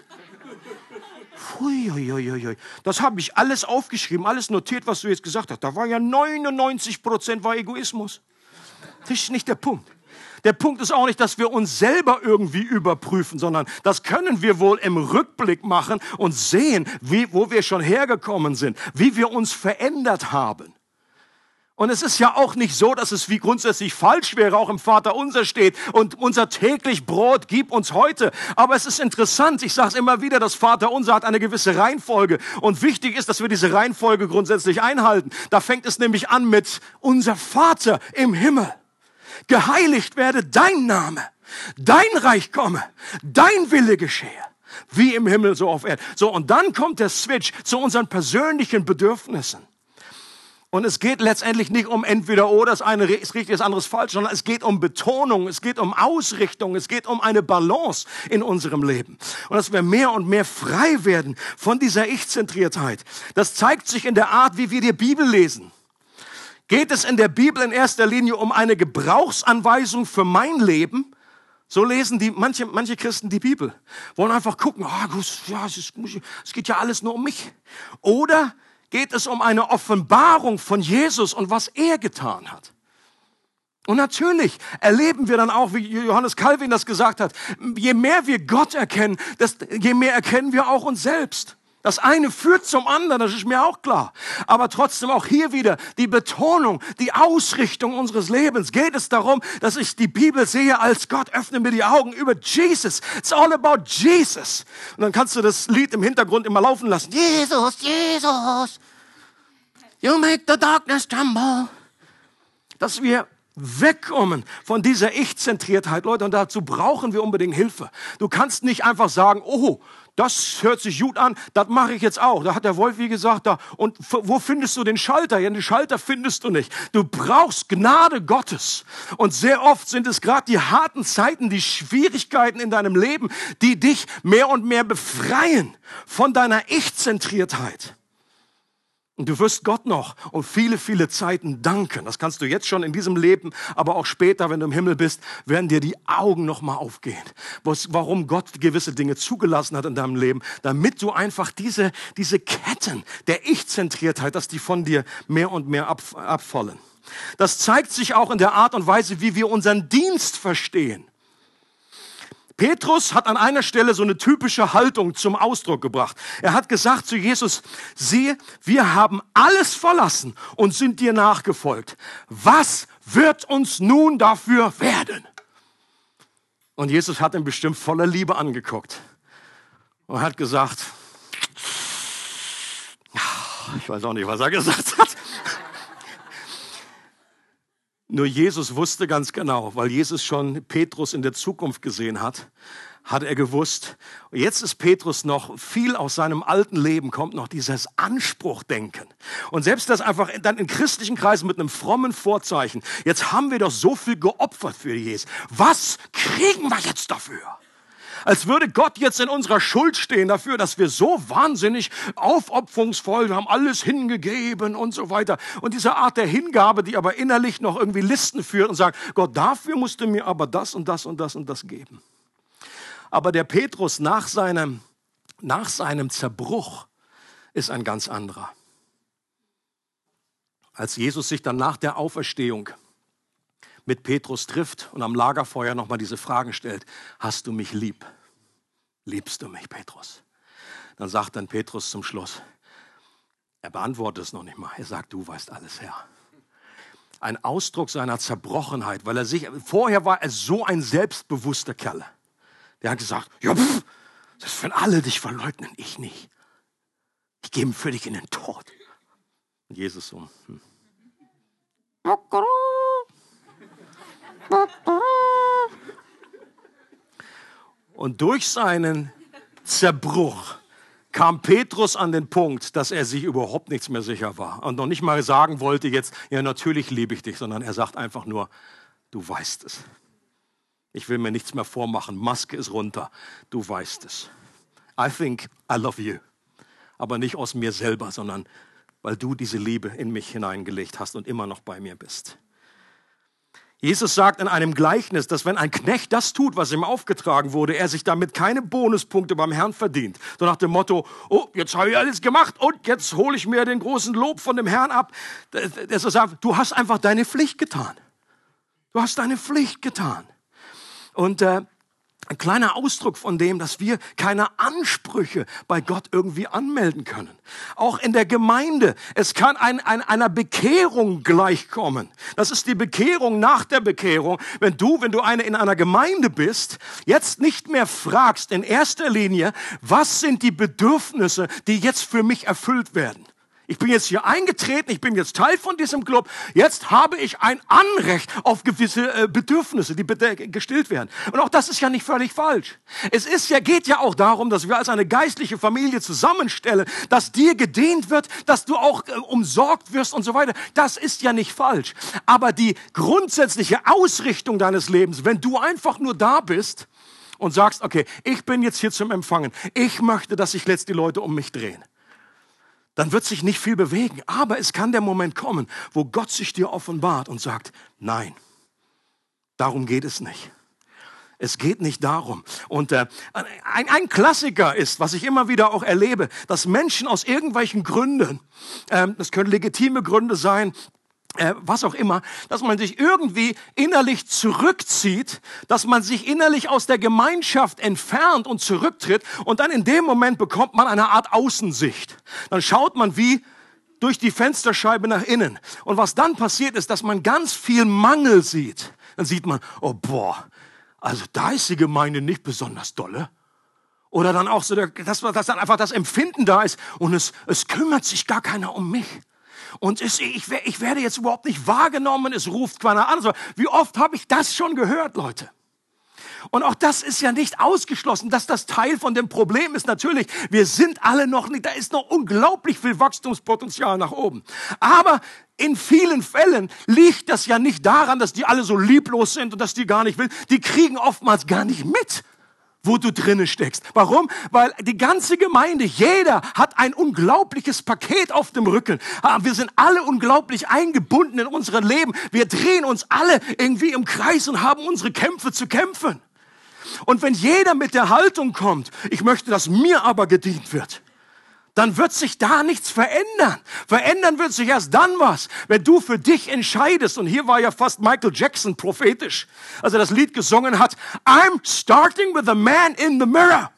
Pfui. Das habe ich alles aufgeschrieben, alles notiert, was du jetzt gesagt hast. Da war ja 99% war Egoismus. Das ist nicht der Punkt. Der Punkt ist auch nicht, dass wir uns selber irgendwie überprüfen, sondern das können wir wohl im Rückblick machen und sehen, wo wir schon hergekommen sind, wie wir uns verändert haben. Und es ist ja auch nicht so, dass es wie grundsätzlich falsch wäre, auch im Vaterunser steht und unser täglich Brot gib uns heute. Aber es ist interessant, ich sage es immer wieder, das Vaterunser hat eine gewisse Reihenfolge und wichtig ist, dass wir diese Reihenfolge grundsätzlich einhalten. Da fängt es nämlich an mit unser Vater im Himmel. Geheiligt werde dein Name, dein Reich komme, dein Wille geschehe, wie im Himmel so auf Erden. So, und dann kommt der Switch zu unseren persönlichen Bedürfnissen. Und es geht letztendlich nicht um entweder oder, das eine ist richtig, das andere ist falsch, sondern es geht um Betonung, es geht um Ausrichtung, es geht um eine Balance in unserem Leben. Und dass wir mehr und mehr frei werden von dieser Ich-Zentriertheit. Das zeigt sich in der Art, wie wir die Bibel lesen. Geht es in der Bibel in erster Linie um eine Gebrauchsanweisung für mein Leben? So lesen manche Christen die Bibel. Wollen einfach gucken, es geht ja alles nur um mich. Oder geht es um eine Offenbarung von Jesus und was er getan hat? Und natürlich erleben wir dann auch, wie Johannes Calvin das gesagt hat, je mehr wir Gott erkennen, je mehr erkennen wir auch uns selbst. Das eine führt zum anderen, das ist mir auch klar. Aber trotzdem auch hier wieder die Betonung, die Ausrichtung unseres Lebens. Geht es darum, dass ich die Bibel sehe als Gott, öffne mir die Augen über Jesus. It's all about Jesus. Und dann kannst du das Lied im Hintergrund immer laufen lassen. Jesus, Jesus, you make the darkness tremble. Dass wir wegkommen von dieser Ich-Zentriertheit, Leute, und dazu brauchen wir unbedingt Hilfe. Du kannst nicht einfach sagen, oh, das hört sich gut an, das mache ich jetzt auch. Da hat der Wolf, wie gesagt, da. Und wo findest du den Schalter? Ja, den Schalter findest du nicht. Du brauchst Gnade Gottes. Und sehr oft sind es gerade die harten Zeiten, die Schwierigkeiten in deinem Leben, die dich mehr und mehr befreien von deiner Ich-Zentriertheit. Und du wirst Gott noch um viele, viele Zeiten danken. Das kannst du jetzt schon in diesem Leben, aber auch später, wenn du im Himmel bist, werden dir die Augen nochmal aufgehen. Warum Gott gewisse Dinge zugelassen hat in deinem Leben, damit du einfach diese Ketten der Ich-Zentriertheit, dass die von dir mehr und mehr abfallen. Das zeigt sich auch in der Art und Weise, wie wir unseren Dienst verstehen. Petrus hat an einer Stelle so eine typische Haltung zum Ausdruck gebracht. Er hat gesagt zu Jesus, siehe, wir haben alles verlassen und sind dir nachgefolgt. Was wird uns nun dafür werden? Und Jesus hat ihn bestimmt voller Liebe angeguckt und hat gesagt, ich weiß auch nicht, was er gesagt hat. Nur Jesus wusste ganz genau, weil Jesus schon Petrus in der Zukunft gesehen hat, hat er gewusst, jetzt ist Petrus noch viel aus seinem alten Leben, kommt noch dieses Anspruchdenken. Und selbst das einfach dann in christlichen Kreisen mit einem frommen Vorzeichen, jetzt haben wir doch so viel geopfert für Jesus. Was kriegen wir jetzt dafür? Als würde Gott jetzt in unserer Schuld stehen dafür, dass wir so wahnsinnig aufopferungsvoll, wir haben alles hingegeben und so weiter. Und diese Art der Hingabe, die aber innerlich noch irgendwie Listen führt und sagt, Gott, dafür musst du mir aber das und das und das und das geben. Aber der Petrus nach seinem Zerbruch ist ein ganz anderer. Als Jesus sich dann nach der Auferstehung mit Petrus trifft und am Lagerfeuer nochmal diese Fragen stellt. Hast du mich lieb? Liebst du mich, Petrus? Dann sagt dann Petrus zum Schluss, er beantwortet es noch nicht mal. Er sagt, du weißt alles, Herr. Ein Ausdruck seiner Zerbrochenheit, weil vorher war er so ein selbstbewusster Kerl. Der hat gesagt, ja, das werden alle dich verleugnen, ich nicht. Ich gehe für dich in den Tod. Und Jesus so. Und durch seinen Zerbruch kam Petrus an den Punkt, dass er sich überhaupt nichts mehr sicher war und noch nicht mal sagen wollte jetzt, ja natürlich liebe ich dich, sondern er sagt einfach nur, du weißt es. Ich will mir nichts mehr vormachen, Maske ist runter, du weißt es. I think I love you. Aber nicht aus mir selber, sondern weil du diese Liebe in mich hineingelegt hast und immer noch bei mir bist. Jesus sagt in einem Gleichnis, dass wenn ein Knecht das tut, was ihm aufgetragen wurde, er sich damit keine Bonuspunkte beim Herrn verdient. So nach dem Motto, oh, jetzt habe ich alles gemacht und jetzt hole ich mir den großen Lob von dem Herrn ab. Er sagt, du hast einfach deine Pflicht getan. Du hast deine Pflicht getan. Und ein kleiner Ausdruck von dem, dass wir keine Ansprüche bei Gott irgendwie anmelden können. Auch in der Gemeinde. Es kann einer Bekehrung gleichkommen. Das ist die Bekehrung nach der Bekehrung. Wenn du in einer Gemeinde bist, jetzt nicht mehr fragst in erster Linie, was sind die Bedürfnisse, die jetzt für mich erfüllt werden. Ich bin jetzt hier eingetreten, ich bin jetzt Teil von diesem Club. Jetzt habe ich ein Anrecht auf gewisse Bedürfnisse, die gestillt werden. Und auch das ist ja nicht völlig falsch. Geht ja auch darum, dass wir als eine geistliche Familie zusammenstellen, dass dir gedient wird, dass du auch umsorgt wirst und so weiter. Das ist ja nicht falsch. Aber die grundsätzliche Ausrichtung deines Lebens, wenn du einfach nur da bist und sagst, okay, ich bin jetzt hier zum Empfangen. Ich möchte, dass sich jetzt die Leute um mich drehen. Dann wird sich nicht viel bewegen. Aber es kann der Moment kommen, wo Gott sich dir offenbart und sagt, nein, darum geht es nicht. Es geht nicht darum. Und ein Klassiker ist, was ich immer wieder auch erlebe, dass Menschen aus irgendwelchen Gründen, das können legitime Gründe sein, was auch immer, dass man sich irgendwie innerlich zurückzieht, dass man sich innerlich aus der Gemeinschaft entfernt und zurücktritt und dann in dem Moment bekommt man eine Art Außensicht. Dann schaut man wie durch die Fensterscheibe nach innen. Und was dann passiert ist, dass man ganz viel Mangel sieht. Dann sieht man, oh boah, also da ist die Gemeinde nicht besonders dolle. Oder dann auch so, dass dann einfach das Empfinden da ist und es kümmert sich gar keiner um mich. Und ich werde jetzt überhaupt nicht wahrgenommen, es ruft keiner an. Wie oft habe ich das schon gehört, Leute? Und auch das ist ja nicht ausgeschlossen, dass das Teil von dem Problem ist. Natürlich, wir sind alle noch nicht, da ist noch unglaublich viel Wachstumspotenzial nach oben. Aber in vielen Fällen liegt das ja nicht daran, dass die alle so lieblos sind und dass die gar nicht will. Die kriegen oftmals gar nicht mit, wo du drinnen steckst. Warum? Weil die ganze Gemeinde, jeder hat ein unglaubliches Paket auf dem Rücken. Wir sind alle unglaublich eingebunden in unserem Leben. Wir drehen uns alle irgendwie im Kreis und haben unsere Kämpfe zu kämpfen. Und wenn jeder mit der Haltung kommt, ich möchte, dass mir aber gedient wird, dann wird sich da nichts verändern. Verändern wird sich erst dann was, wenn du für dich entscheidest. Und hier war ja fast Michael Jackson prophetisch, als er das Lied gesungen hat, I'm starting with the man in the mirror.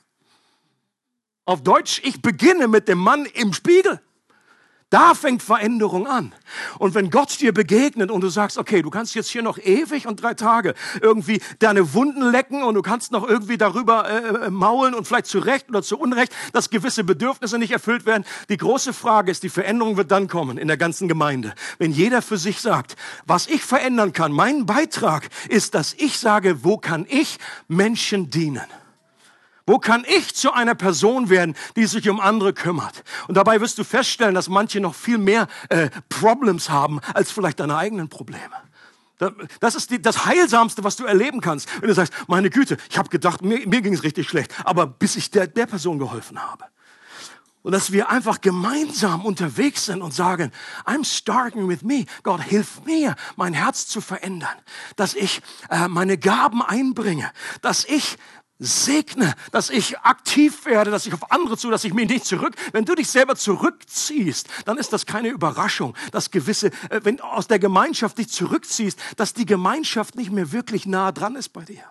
Auf Deutsch, ich beginne mit dem Mann im Spiegel. Da fängt Veränderung an. Und wenn Gott dir begegnet und du sagst, okay, du kannst jetzt hier noch ewig und 3 Tage irgendwie deine Wunden lecken und du kannst noch irgendwie darüber maulen und vielleicht zu Recht oder zu Unrecht, dass gewisse Bedürfnisse nicht erfüllt werden. Die große Frage ist, die Veränderung wird dann kommen in der ganzen Gemeinde. Wenn jeder für sich sagt, was ich verändern kann, mein Beitrag ist, dass ich sage, wo kann ich Menschen dienen? Wo kann ich zu einer Person werden, die sich um andere kümmert? Und dabei wirst du feststellen, dass manche noch viel mehr Problems haben, als vielleicht deine eigenen Probleme. Das ist das Heilsamste, was du erleben kannst. Wenn du sagst, meine Güte, ich habe gedacht, mir ging es richtig schlecht, aber bis ich der Person geholfen habe. Und dass wir einfach gemeinsam unterwegs sind und sagen, I'm starting with me. Gott, hilf mir, mein Herz zu verändern. Dass ich meine Gaben einbringe. Dass ich segne, dass ich aktiv werde, dass ich auf andere zu, dass ich mich nicht wenn du dich selber zurückziehst, dann ist das keine Überraschung, dass wenn du aus der Gemeinschaft dich zurückziehst, dass die Gemeinschaft nicht mehr wirklich nah dran ist bei dir.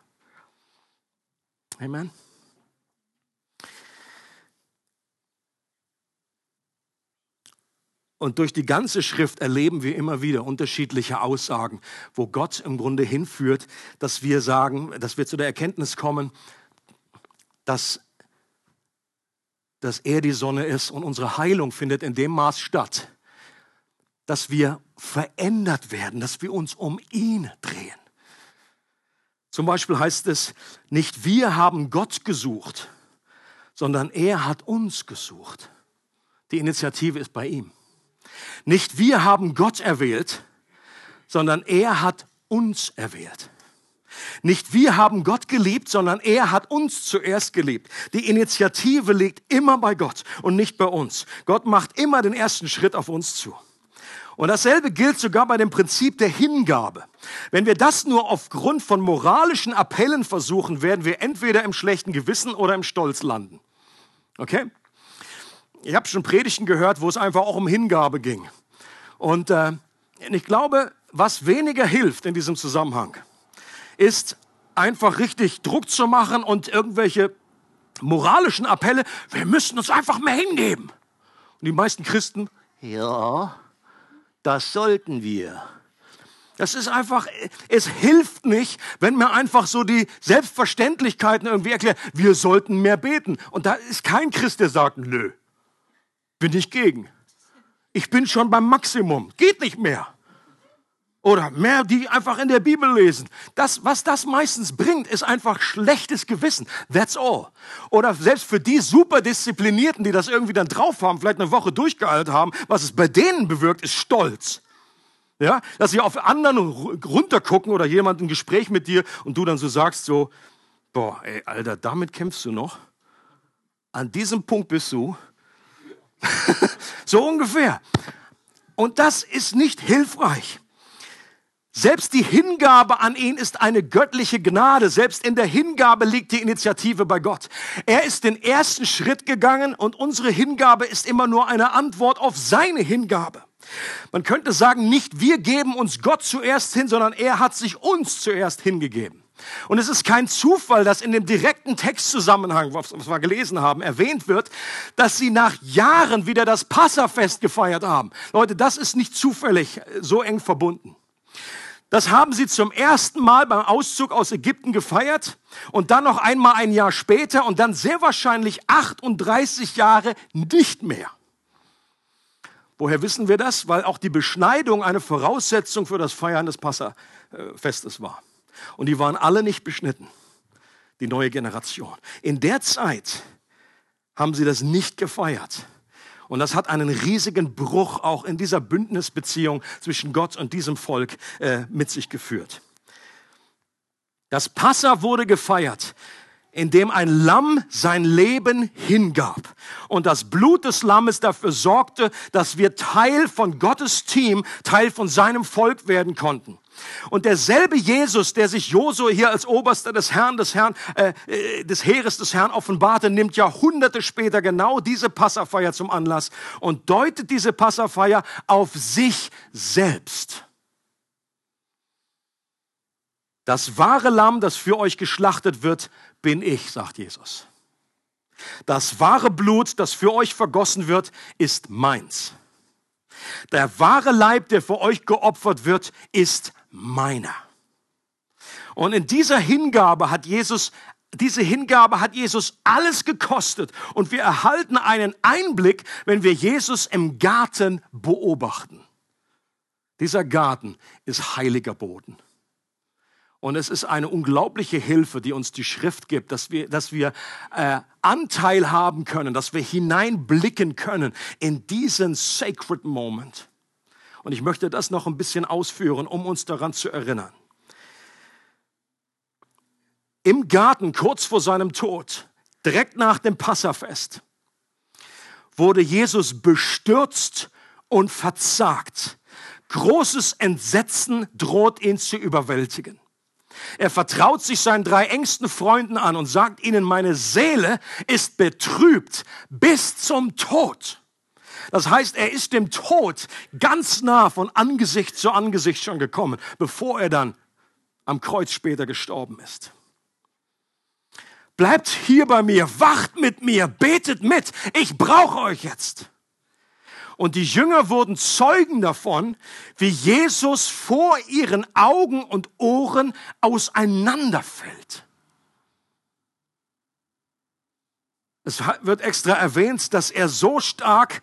Amen. Und durch die ganze Schrift erleben wir immer wieder unterschiedliche Aussagen, wo Gott im Grunde hinführt, dass wir sagen, dass wir zu der Erkenntnis kommen, dass er die Sonne ist und unsere Heilung findet in dem Maß statt, dass wir verändert werden, dass wir uns um ihn drehen. Zum Beispiel heißt es, nicht wir haben Gott gesucht, sondern er hat uns gesucht. Die Initiative ist bei ihm. Nicht wir haben Gott erwählt, sondern er hat uns erwählt. Nicht wir haben Gott geliebt, sondern er hat uns zuerst geliebt. Die Initiative liegt immer bei Gott und nicht bei uns. Gott macht immer den ersten Schritt auf uns zu. Und dasselbe gilt sogar bei dem Prinzip der Hingabe. Wenn wir das nur aufgrund von moralischen Appellen versuchen, werden wir entweder im schlechten Gewissen oder im Stolz landen. Okay? Ich habe schon Predigten gehört, wo es einfach auch um Hingabe ging. Und ich glaube, was weniger hilft in diesem Zusammenhang, ist einfach richtig Druck zu machen und irgendwelche moralischen Appelle, wir müssen uns einfach mehr hingeben. Und die meisten Christen, ja, das sollten wir. Das ist einfach, es hilft nicht, wenn mir einfach so die Selbstverständlichkeiten irgendwie erklären, wir sollten mehr beten. Und da ist kein Christ, der sagt, nö. Bin ich gegen. Ich bin schon beim Maximum. Geht nicht mehr. Oder mehr, die einfach in der Bibel lesen. Was das meistens bringt, ist einfach schlechtes Gewissen. That's all. Oder selbst für die Superdisziplinierten, die das irgendwie dann drauf haben, vielleicht eine Woche durchgehalten haben, was es bei denen bewirkt, ist Stolz. Ja, dass sie auf anderen runtergucken oder jemand ein Gespräch mit dir und du dann so sagst so, boah, ey, Alter, damit kämpfst du noch. An diesem Punkt bist du. So ungefähr. Und das ist nicht hilfreich. Selbst die Hingabe an ihn ist eine göttliche Gnade. Selbst in der Hingabe liegt die Initiative bei Gott. Er ist den ersten Schritt gegangen und unsere Hingabe ist immer nur eine Antwort auf seine Hingabe. Man könnte sagen, nicht wir geben uns Gott zuerst hin, sondern er hat sich uns zuerst hingegeben. Und es ist kein Zufall, dass in dem direkten Textzusammenhang, was wir gelesen haben, erwähnt wird, dass sie nach Jahren wieder das Passafest gefeiert haben. Leute, das ist nicht zufällig so eng verbunden. Das haben sie zum ersten Mal beim Auszug aus Ägypten gefeiert und dann noch einmal ein Jahr später und dann sehr wahrscheinlich 38 Jahre nicht mehr. Woher wissen wir das? Weil auch die Beschneidung eine Voraussetzung für das Feiern des Passafestes war. Und die waren alle nicht beschnitten, die neue Generation. In der Zeit haben sie das nicht gefeiert. Und das hat einen riesigen Bruch auch in dieser Bündnisbeziehung zwischen Gott und diesem Volk mit sich geführt. Das Passa wurde gefeiert, indem ein Lamm sein Leben hingab. Und das Blut des Lammes dafür sorgte, dass wir Teil von Gottes Team, Teil von seinem Volk werden konnten. Und derselbe Jesus, der sich Josua hier als Oberster des Heeres des Herrn offenbarte, nimmt Jahrhunderte später genau diese Passafeier zum Anlass und deutet diese Passafeier auf sich selbst. Das wahre Lamm, das für euch geschlachtet wird, bin ich, sagt Jesus. Das wahre Blut, das für euch vergossen wird, ist meins. Der wahre Leib, der für euch geopfert wird, ist meiner. Und in dieser Hingabe hat Jesus alles gekostet. Und wir erhalten einen Einblick, wenn wir Jesus im Garten beobachten. Dieser Garten ist heiliger Boden. Und es ist eine unglaubliche Hilfe, die uns die Schrift gibt, dass wir Anteil haben können, dass wir hineinblicken können in diesen sacred moment. Und ich möchte das noch ein bisschen ausführen, um uns daran zu erinnern. Im Garten, kurz vor seinem Tod, direkt nach dem Passafest, wurde Jesus bestürzt und verzagt. Großes Entsetzen droht ihn zu überwältigen. Er vertraut sich seinen 3 engsten Freunden an und sagt ihnen, meine Seele ist betrübt bis zum Tod. Das heißt, er ist dem Tod ganz nah von Angesicht zu Angesicht schon gekommen, bevor er dann am Kreuz später gestorben ist. Bleibt hier bei mir, wacht mit mir, betet mit, ich brauche euch jetzt. Und die Jünger wurden Zeugen davon, wie Jesus vor ihren Augen und Ohren auseinanderfällt. Es wird extra erwähnt, dass er so stark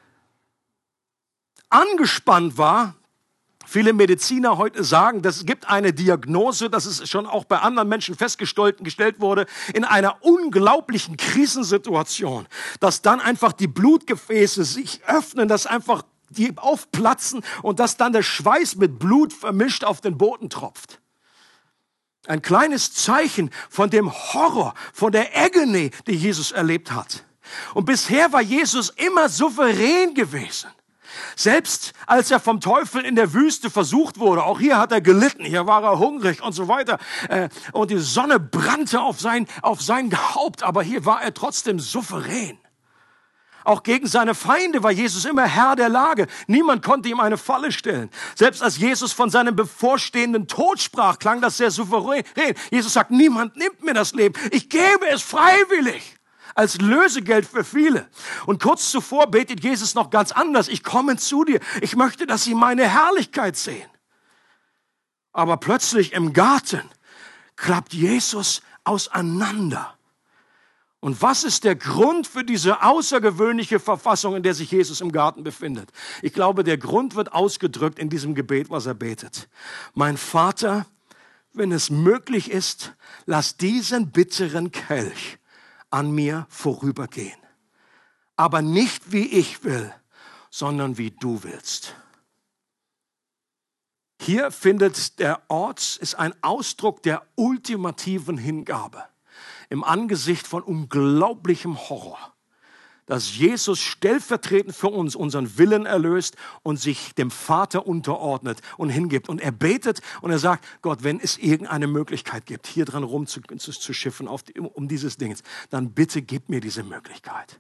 angespannt war. Viele Mediziner heute sagen, es gibt eine Diagnose, dass es schon auch bei anderen Menschen festgestellt wurde, in einer unglaublichen Krisensituation, dass dann einfach die Blutgefäße sich öffnen, dass einfach die aufplatzen und dass dann der Schweiß mit Blut vermischt auf den Boden tropft. Ein kleines Zeichen von dem Horror, von der Agony, die Jesus erlebt hat. Und bisher war Jesus immer souverän gewesen. Selbst als er vom Teufel in der Wüste versucht wurde, auch hier hat er gelitten, hier war er hungrig und so weiter. Und die Sonne brannte auf sein Haupt, aber hier war er trotzdem souverän. Auch gegen seine Feinde war Jesus immer Herr der Lage. Niemand konnte ihm eine Falle stellen. Selbst als Jesus von seinem bevorstehenden Tod sprach, klang das sehr souverän. Jesus sagt, niemand nimmt mir das Leben. Ich gebe es freiwillig. Als Lösegeld für viele. Und kurz zuvor betet Jesus noch ganz anders. Ich komme zu dir. Ich möchte, dass sie meine Herrlichkeit sehen. Aber plötzlich im Garten klappt Jesus auseinander. Und was ist der Grund für diese außergewöhnliche Verfassung, in der sich Jesus im Garten befindet? Ich glaube, der Grund wird ausgedrückt in diesem Gebet, was er betet. Mein Vater, wenn es möglich ist, lass diesen bitteren Kelch an mir vorübergehen. Aber nicht wie ich will, sondern wie du willst. Hier findet der Ort, ist ein Ausdruck der ultimativen Hingabe. Im Angesicht von unglaublichem Horror. Dass Jesus stellvertretend für uns unseren Willen erlöst und sich dem Vater unterordnet und hingibt. Und er betet und er sagt, Gott, wenn es irgendeine Möglichkeit gibt, hier dran rumzuschiffen um dieses Ding, dann bitte gib mir diese Möglichkeit.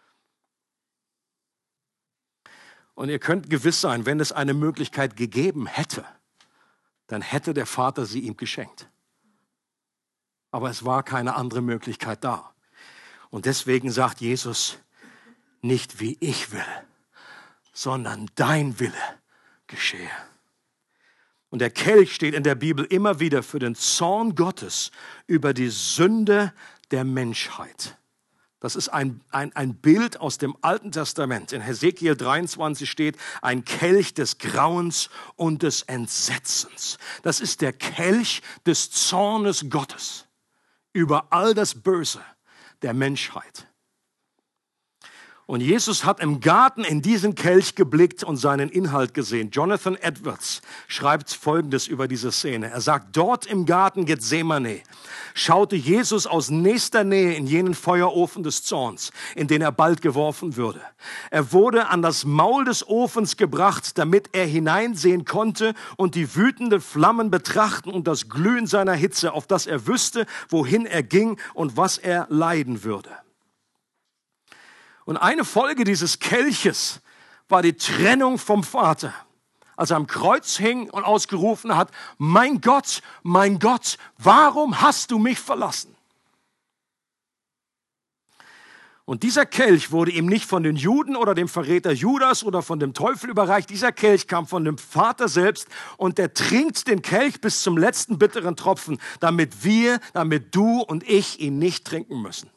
Und ihr könnt gewiss sein, wenn es eine Möglichkeit gegeben hätte, dann hätte der Vater sie ihm geschenkt. Aber es war keine andere Möglichkeit da. Und deswegen sagt Jesus, nicht wie ich will, sondern dein Wille geschehe. Und der Kelch steht in der Bibel immer wieder für den Zorn Gottes über die Sünde der Menschheit. Das ist ein Bild aus dem Alten Testament. In Hesekiel 23 steht ein Kelch des Grauens und des Entsetzens. Das ist der Kelch des Zornes Gottes über all das Böse der Menschheit. Und Jesus hat im Garten in diesen Kelch geblickt und seinen Inhalt gesehen. Jonathan Edwards schreibt Folgendes über diese Szene. Er sagt, dort im Garten Gethsemane schaute Jesus aus nächster Nähe in jenen Feuerofen des Zorns, in den er bald geworfen würde. Er wurde an das Maul des Ofens gebracht, damit er hineinsehen konnte und die wütenden Flammen betrachten und das Glühen seiner Hitze, auf das er wüsste, wohin er ging und was er leiden würde. Und eine Folge dieses Kelches war die Trennung vom Vater. Als er am Kreuz hing und ausgerufen hat, mein Gott, warum hast du mich verlassen? Und dieser Kelch wurde ihm nicht von den Juden oder dem Verräter Judas oder von dem Teufel überreicht. Dieser Kelch kam von dem Vater selbst und der trinkt den Kelch bis zum letzten bitteren Tropfen, damit du und ich ihn nicht trinken müssen.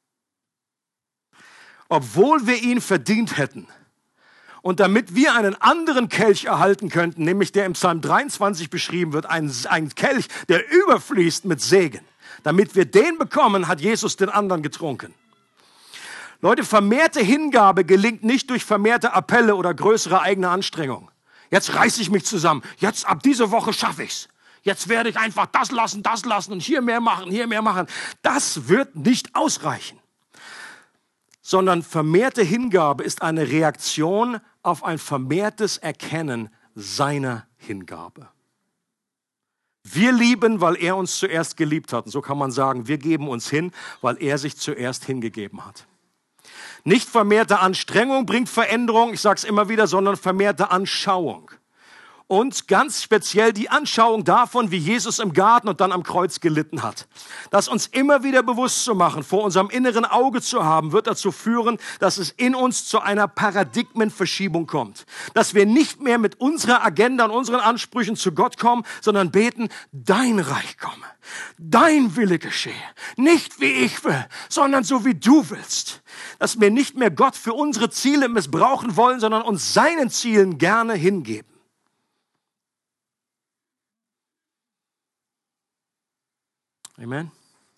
Obwohl wir ihn verdient hätten. Und damit wir einen anderen Kelch erhalten könnten, nämlich der im Psalm 23 beschrieben wird, ein Kelch, der überfließt mit Segen. Damit wir den bekommen, hat Jesus den anderen getrunken. Leute, vermehrte Hingabe gelingt nicht durch vermehrte Appelle oder größere eigene Anstrengung. Jetzt reiße ich mich zusammen. Jetzt ab dieser Woche schaffe ich's. Jetzt werde ich einfach das lassen und hier mehr machen. Das wird nicht ausreichen. Sondern vermehrte Hingabe ist eine Reaktion auf ein vermehrtes Erkennen seiner Hingabe. Wir lieben, weil er uns zuerst geliebt hat. Und so kann man sagen, wir geben uns hin, weil er sich zuerst hingegeben hat. Nicht vermehrte Anstrengung bringt Veränderung, ich sage es immer wieder, sondern vermehrte Anschauung. Und ganz speziell die Anschauung davon, wie Jesus im Garten und dann am Kreuz gelitten hat. Das uns immer wieder bewusst zu machen, vor unserem inneren Auge zu haben, wird dazu führen, dass es in uns zu einer Paradigmenverschiebung kommt. Dass wir nicht mehr mit unserer Agenda und unseren Ansprüchen zu Gott kommen, sondern beten, dein Reich komme, dein Wille geschehe. Nicht wie ich will, sondern so wie du willst. Dass wir nicht mehr Gott für unsere Ziele missbrauchen wollen, sondern uns seinen Zielen gerne hingeben. Amen.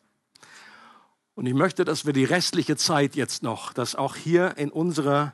Und ich möchte, dass wir die restliche Zeit jetzt noch, dass auch hier in unserer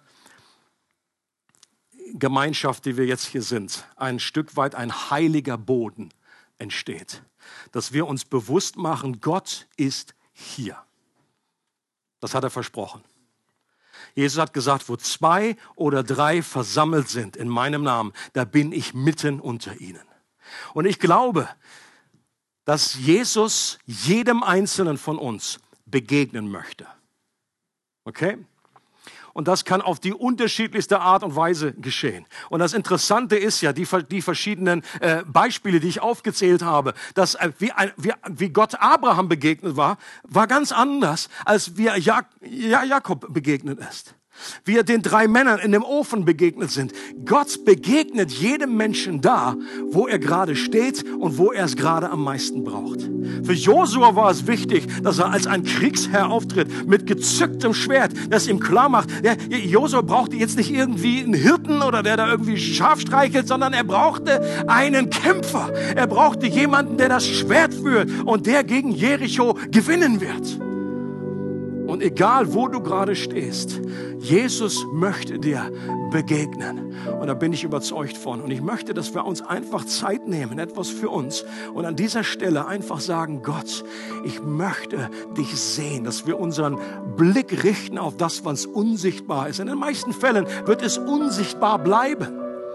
Gemeinschaft, die wir jetzt hier sind, ein Stück weit ein heiliger Boden entsteht. Dass wir uns bewusst machen, Gott ist hier. Das hat er versprochen. Jesus hat gesagt, wo 2 oder 3 versammelt sind in meinem Namen, da bin ich mitten unter ihnen. Und ich glaube, dass Jesus jedem Einzelnen von uns begegnen möchte. Okay? Und das kann auf die unterschiedlichste Art und Weise geschehen. Und das Interessante ist ja, die verschiedenen Beispiele, die ich aufgezählt habe, dass wie Gott Abraham begegnet war ganz anders, als wie Jakob begegnet ist. Wie er den 3 Männern in dem Ofen begegnet sind. Gott begegnet jedem Menschen da, wo er gerade steht und wo er es gerade am meisten braucht. Für Josua war es wichtig, dass er als ein Kriegsherr auftritt, mit gezücktem Schwert, das ihm klar macht, Josua brauchte jetzt nicht irgendwie einen Hirten oder der da irgendwie Schaf streichelt, sondern er brauchte einen Kämpfer. Er brauchte jemanden, der das Schwert führt und der gegen Jericho gewinnen wird. Und egal, wo du gerade stehst, Jesus möchte dir begegnen. Und da bin ich überzeugt von. Und ich möchte, dass wir uns einfach Zeit nehmen, etwas für uns. Und an dieser Stelle einfach sagen, Gott, ich möchte dich sehen, dass wir unseren Blick richten auf das, was unsichtbar ist. In den meisten Fällen wird es unsichtbar bleiben.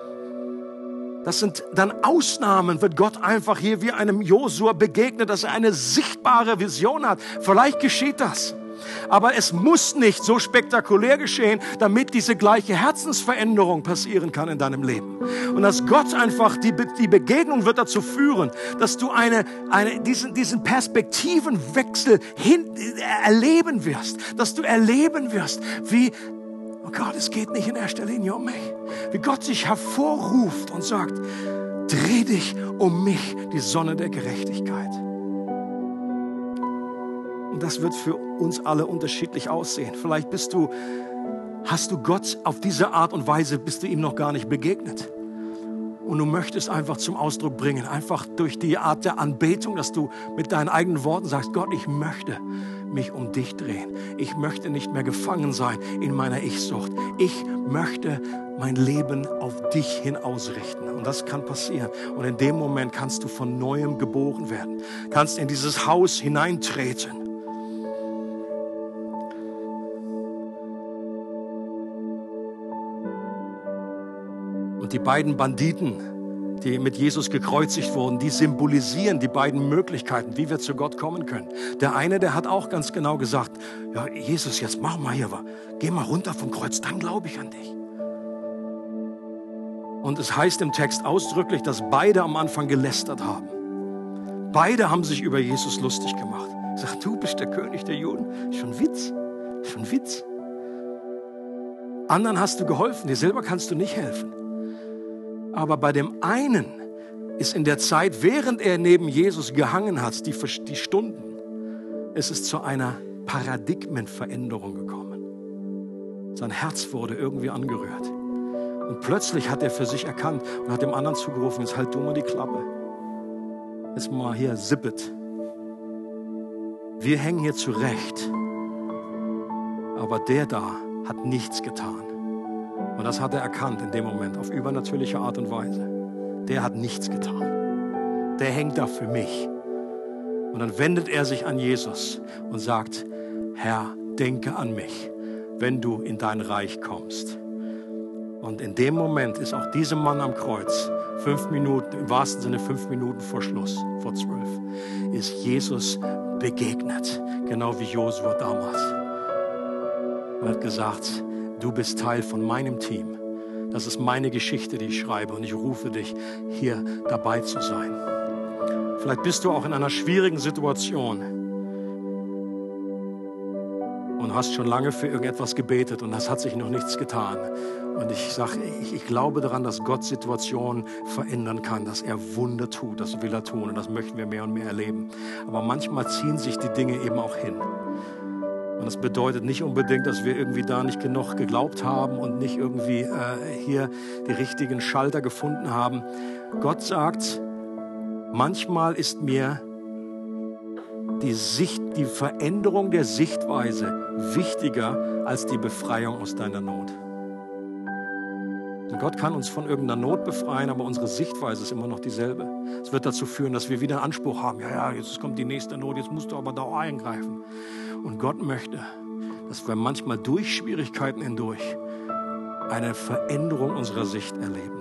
Das sind dann Ausnahmen, wird Gott einfach hier wie einem Josua begegnen, dass er eine sichtbare Vision hat. Vielleicht geschieht das. Aber es muss nicht so spektakulär geschehen, damit diese gleiche Herzensveränderung passieren kann in deinem Leben. Und dass Gott einfach, die Begegnung wird dazu führen, dass du diesen Perspektivenwechsel erleben wirst. Dass du erleben wirst, wie, oh Gott, es geht nicht in erster Linie um mich. Wie Gott sich hervorruft und sagt, dreh dich um mich, die Sonne der Gerechtigkeit. Und das wird für uns alle unterschiedlich aussehen. Vielleicht hast du Gott auf diese Art und Weise, bist du ihm noch gar nicht begegnet. Und du möchtest einfach zum Ausdruck bringen, einfach durch die Art der Anbetung, dass du mit deinen eigenen Worten sagst, Gott, ich möchte mich um dich drehen. Ich möchte nicht mehr gefangen sein in meiner Ich-Sucht. Ich möchte mein Leben auf dich hin ausrichten. Und das kann passieren. Und in dem Moment kannst du von Neuem geboren werden. Kannst in dieses Haus hineintreten. Die beiden Banditen, die mit Jesus gekreuzigt wurden, die symbolisieren die beiden Möglichkeiten, wie wir zu Gott kommen können. Der eine, der hat auch ganz genau gesagt, ja, Jesus, jetzt mach mal hier was. Geh mal runter vom Kreuz, dann glaube ich an dich. Und es heißt im Text ausdrücklich, dass beide am Anfang gelästert haben. Beide haben sich über Jesus lustig gemacht. Sagt, du bist der König der Juden. Schon Witz, schon Witz. Anderen hast du geholfen, dir selber kannst du nicht helfen. Aber bei dem einen ist in der Zeit, während er neben Jesus gehangen hat, die Stunden, ist es zu einer Paradigmenveränderung gekommen. Sein Herz wurde irgendwie angerührt. Und plötzlich hat er für sich erkannt und hat dem anderen zugerufen, jetzt halt du mal die Klappe. Jetzt mal hier, zippet. Wir hängen hier zurecht. Aber der da hat nichts getan. Und das hat er erkannt in dem Moment, auf übernatürliche Art und Weise. Der hat nichts getan. Der hängt da für mich. Und dann wendet er sich an Jesus und sagt, Herr, denke an mich, wenn du in dein Reich kommst. Und in dem Moment ist auch diesem Mann am Kreuz, 5 Minuten, im wahrsten Sinne 5 Minuten vor Schluss, vor 12, ist Jesus begegnet, genau wie Josua damals. Er hat gesagt, du bist Teil von meinem Team. Das ist meine Geschichte, die ich schreibe, und ich rufe dich, hier dabei zu sein. Vielleicht bist du auch in einer schwierigen Situation und hast schon lange für irgendetwas gebetet und es hat sich noch nichts getan. Und ich sage, ich glaube daran, dass Gott Situationen verändern kann, dass er Wunder tut, das will er tun, und das möchten wir mehr und mehr erleben. Aber manchmal ziehen sich die Dinge eben auch hin. Und das bedeutet nicht unbedingt, dass wir irgendwie da nicht genug geglaubt haben und nicht irgendwie hier die richtigen Schalter gefunden haben. Gott sagt, manchmal ist mir die Veränderung der Sichtweise wichtiger als die Befreiung aus deiner Not. Und Gott kann uns von irgendeiner Not befreien, aber unsere Sichtweise ist immer noch dieselbe. Es wird dazu führen, dass wir wieder einen Anspruch haben. Ja, jetzt kommt die nächste Not, jetzt musst du aber da eingreifen. Und Gott möchte, dass wir manchmal durch Schwierigkeiten hindurch eine Veränderung unserer Sicht erleben.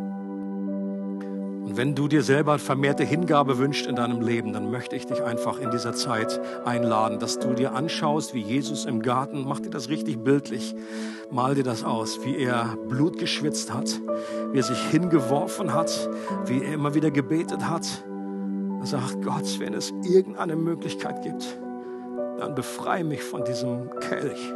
Und wenn du dir selber vermehrte Hingabe wünschst in deinem Leben, dann möchte ich dich einfach in dieser Zeit einladen, dass du dir anschaust, wie Jesus im Garten, mach dir das richtig bildlich, mal dir das aus, wie er Blut geschwitzt hat, wie er sich hingeworfen hat, wie er immer wieder gebetet hat. Er sagt, Gott, wenn es irgendeine Möglichkeit gibt, dann befreie mich von diesem Kelch.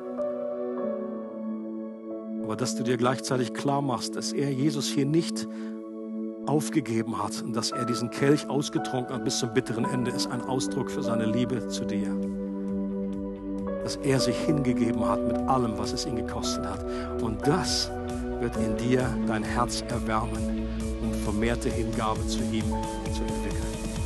Aber dass du dir gleichzeitig klar machst, dass er Jesus hier nicht aufgegeben hat und dass er diesen Kelch ausgetrunken hat bis zum bitteren Ende, ist ein Ausdruck für seine Liebe zu dir. Dass er sich hingegeben hat mit allem, was es ihn gekostet hat. Und das wird in dir dein Herz erwärmen, um vermehrte Hingabe zu ihm zu entwickeln.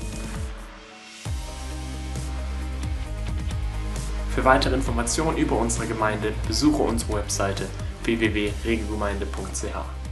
Für weitere Informationen über unsere Gemeinde besuche unsere Webseite www.regelgemeinde.ch.